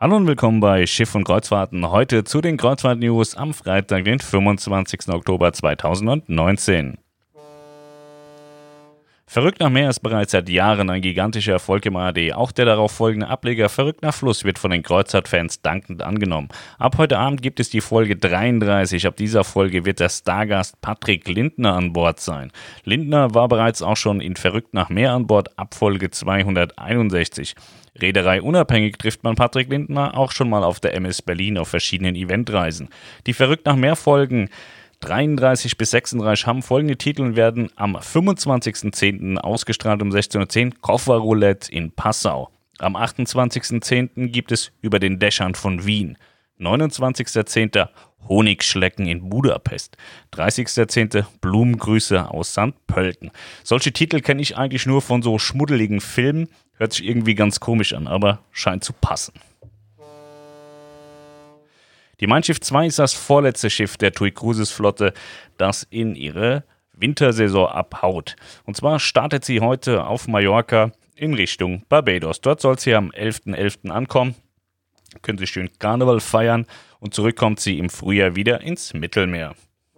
Hallo und willkommen bei Schiff und Kreuzfahrten. Heute zu den Kreuzfahrt-News am Freitag, den 25. Oktober 2019. Verrückt nach Meer ist bereits seit Jahren ein gigantischer Erfolg im ARD. Auch der darauf folgende Ableger Verrückt nach Fluss wird von den Kreuzfahrt-Fans dankend angenommen. Ab heute Abend gibt es die Folge 33. Ab dieser Folge wird der Stargast Patrick Lindner an Bord sein. Lindner war bereits auch schon in Verrückt nach Meer an Bord ab Folge 261. Reederei unabhängig trifft man Patrick Lindner auch schon mal auf der MS Berlin auf verschiedenen Eventreisen. Die Verrückt nach Meer Folgen 33 bis 36 haben folgende Titel und werden am 25.10. ausgestrahlt um 16:10 Uhr Kofferroulette in Passau. Am 28.10. gibt es Über den Dächern von Wien. 29.10. Honigschlecken in Budapest. 30.10. Blumengrüße aus St. Pölten. Solche Titel kenne ich eigentlich nur von so schmuddeligen Filmen. Hört sich irgendwie ganz komisch an, aber scheint zu passen. Die Mein Schiff 2 ist das vorletzte Schiff der TUI Cruises Flotte, das in ihre Wintersaison abhaut. Und zwar startet sie heute auf Mallorca in Richtung Barbados. Dort soll sie am 11.11. ankommen, können sie schön Karneval feiern und zurück kommt sie im Frühjahr wieder ins Mittelmeer.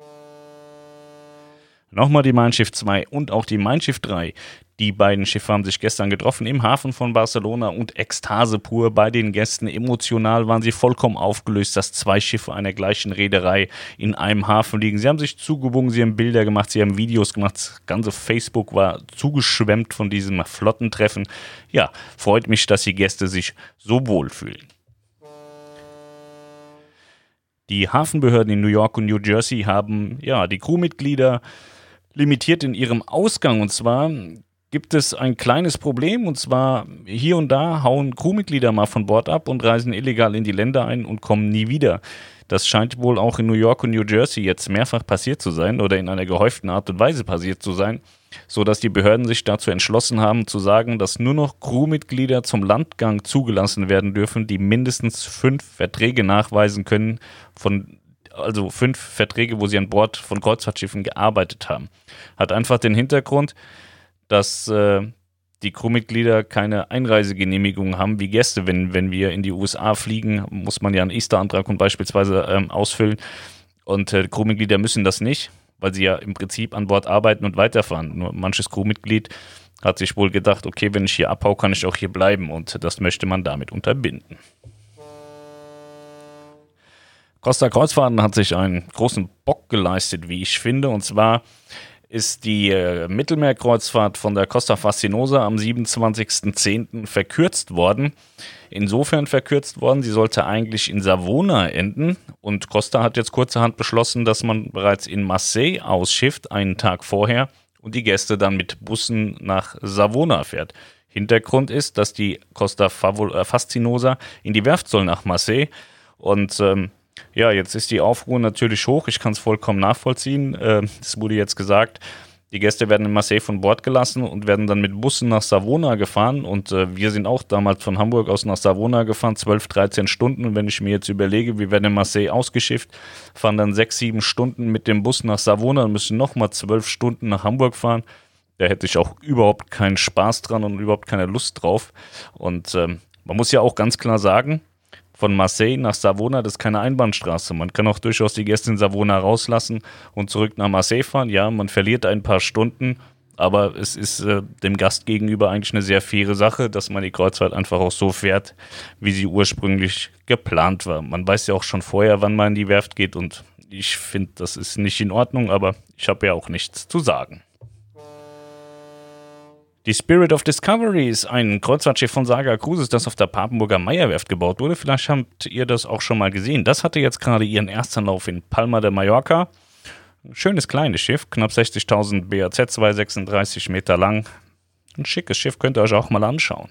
Nochmal die Mein Schiff 2 und auch die Mein Schiff 3. Die beiden Schiffe haben sich gestern getroffen im Hafen von Barcelona und Ekstase pur bei den Gästen. Emotional waren sie vollkommen aufgelöst, dass zwei Schiffe einer gleichen Reederei in einem Hafen liegen. Sie haben sich zugewunken, sie haben Bilder gemacht, sie haben Videos gemacht. Das ganze Facebook war zugeschwemmt von diesem Flottentreffen. Ja, freut mich, dass die Gäste sich so wohlfühlen. Die Hafenbehörden in New York und New Jersey haben die Crewmitglieder limitiert in ihrem Ausgang. Und zwar gibt es ein kleines Problem, und zwar hier und da hauen Crewmitglieder mal von Bord ab und reisen illegal in die Länder ein und kommen nie wieder. Das scheint wohl auch in New York und New Jersey jetzt mehrfach passiert zu sein oder in einer gehäuften Art und Weise passiert zu sein, sodass die Behörden sich dazu entschlossen haben zu sagen, dass nur noch Crewmitglieder zum Landgang zugelassen werden dürfen, die mindestens 5 Verträge nachweisen können, also 5 Verträge, wo sie an Bord von Kreuzfahrtschiffen gearbeitet haben. Hat einfach den Hintergrund, dass die Crewmitglieder keine Einreisegenehmigung haben wie Gäste. Wenn wir in die USA fliegen, muss man ja einen ESTA-Antrag und beispielsweise ausfüllen. Und Crewmitglieder müssen das nicht, weil sie ja im Prinzip an Bord arbeiten und weiterfahren. Nur manches Crewmitglied hat sich wohl gedacht, okay, wenn ich hier abhaue, kann ich auch hier bleiben. Und das möchte man damit unterbinden. Costa Kreuzfahrten hat sich einen großen Bock geleistet, wie ich finde. Und zwar ist die Mittelmeerkreuzfahrt von der Costa Fascinosa am 27.10. verkürzt worden. Insofern verkürzt worden, sie sollte eigentlich in Savona enden. Und Costa hat jetzt kurzerhand beschlossen, dass man bereits in Marseille ausschifft, einen Tag vorher, und die Gäste dann mit Bussen nach Savona fährt. Hintergrund ist, dass die Costa Fascinosa in die Werft soll nach Marseille. Und jetzt ist die Aufruhr natürlich hoch. Ich kann es vollkommen nachvollziehen. Es wurde jetzt gesagt, die Gäste werden in Marseille von Bord gelassen und werden dann mit Bussen nach Savona gefahren. Und wir sind auch damals von Hamburg aus nach Savona gefahren, 12, 13 Stunden. Und wenn ich mir jetzt überlege, wir werden in Marseille ausgeschifft, fahren dann 6, 7 Stunden mit dem Bus nach Savona und müssen nochmal 12 Stunden nach Hamburg fahren. Da hätte ich auch überhaupt keinen Spaß dran und überhaupt keine Lust drauf. Und man muss ja auch ganz klar sagen, von Marseille nach Savona, das ist keine Einbahnstraße. Man kann auch durchaus die Gäste in Savona rauslassen und zurück nach Marseille fahren. Ja, man verliert ein paar Stunden, aber es ist dem Gast gegenüber eigentlich eine sehr faire Sache, dass man die Kreuzfahrt einfach auch so fährt, wie sie ursprünglich geplant war. Man weiß ja auch schon vorher, wann man in die Werft geht, und ich finde, das ist nicht in Ordnung, aber ich habe ja auch nichts zu sagen. Die Spirit of Discovery ist ein Kreuzfahrtschiff von Saga Cruises, das auf der Papenburger Meierwerft gebaut wurde. Vielleicht habt ihr das auch schon mal gesehen. Das hatte jetzt gerade ihren Erstanlauf in Palma de Mallorca. Ein schönes kleines Schiff, knapp 60.000 BAZ, 236 Meter lang. Ein schickes Schiff, könnt ihr euch auch mal anschauen.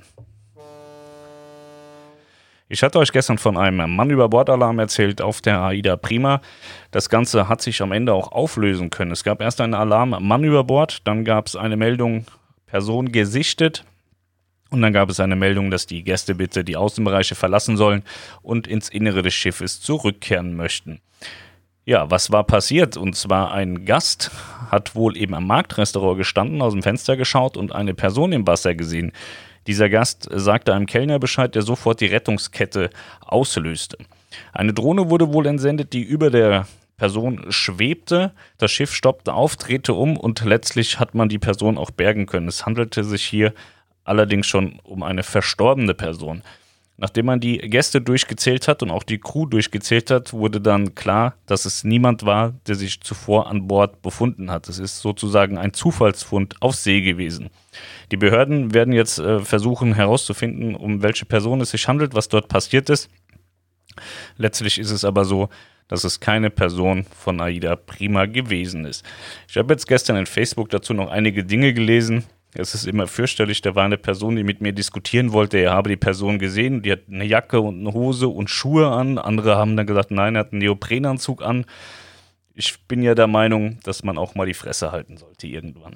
Ich hatte euch gestern von einem Mann-über-Bord-Alarm erzählt auf der AIDA Prima. Das Ganze hat sich am Ende auch auflösen können. Es gab erst einen Alarm Mann über Bord, dann gab es eine Meldung Person gesichtet und dann gab es eine Meldung, dass die Gäste bitte die Außenbereiche verlassen sollen und ins Innere des Schiffes zurückkehren möchten. Ja, was war passiert? Und zwar ein Gast hat wohl eben am Marktrestaurant gestanden, aus dem Fenster geschaut und eine Person im Wasser gesehen. Dieser Gast sagte einem Kellner Bescheid, der sofort die Rettungskette auslöste. Eine Drohne wurde wohl entsendet, die über der Person schwebte. Das Schiff stoppte auf, drehte um und letztlich hat man die Person auch bergen können. Es handelte sich hier allerdings schon um eine verstorbene Person. Nachdem man die Gäste durchgezählt hat und auch die Crew durchgezählt hat, wurde dann klar, dass es niemand war, der sich zuvor an Bord befunden hat. Es ist sozusagen ein Zufallsfund auf See gewesen. Die Behörden werden jetzt versuchen herauszufinden, um welche Person es sich handelt, was dort passiert ist. Letztlich ist es aber so, dass es keine Person von Aida Prima gewesen ist. Ich habe jetzt gestern in Facebook dazu noch einige Dinge gelesen. Es ist immer fürchterlich, da war eine Person, die mit mir diskutieren wollte, er habe die Person gesehen, die hat eine Jacke und eine Hose und Schuhe an. Andere haben dann gesagt, nein, er hat einen Neoprenanzug an. Ich bin ja der Meinung, dass man auch mal die Fresse halten sollte irgendwann.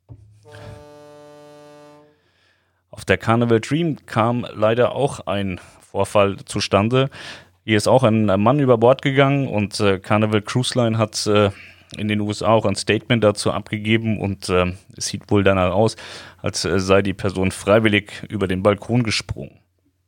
Auf der Carnival Dream kam leider auch ein Vorfall zustande. Hier ist auch ein Mann über Bord gegangen und Carnival Cruise Line hat in den USA auch ein Statement dazu abgegeben und es sieht wohl danach aus, als sei die Person freiwillig über den Balkon gesprungen.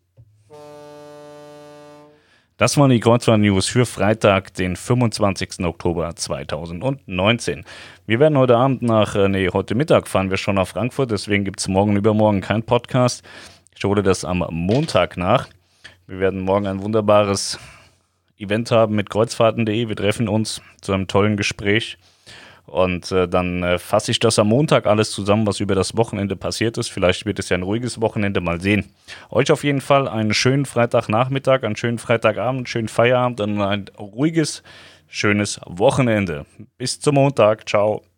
Das waren die Kreuzfahrt-News für Freitag, den 25. Oktober 2019. Wir werden heute Mittag fahren wir schon nach Frankfurt, deswegen gibt es morgen und übermorgen keinen Podcast. Ich hole das am Montag nach. Wir werden morgen ein wunderbares Event haben mit kreuzfahrten.de. Wir treffen uns zu einem tollen Gespräch und dann fasse ich das am Montag alles zusammen, was über das Wochenende passiert ist. Vielleicht wird es ja ein ruhiges Wochenende, mal sehen. Euch auf jeden Fall einen schönen Freitagnachmittag, einen schönen Freitagabend, einen schönen Feierabend und ein ruhiges, schönes Wochenende. Bis zum Montag. Ciao.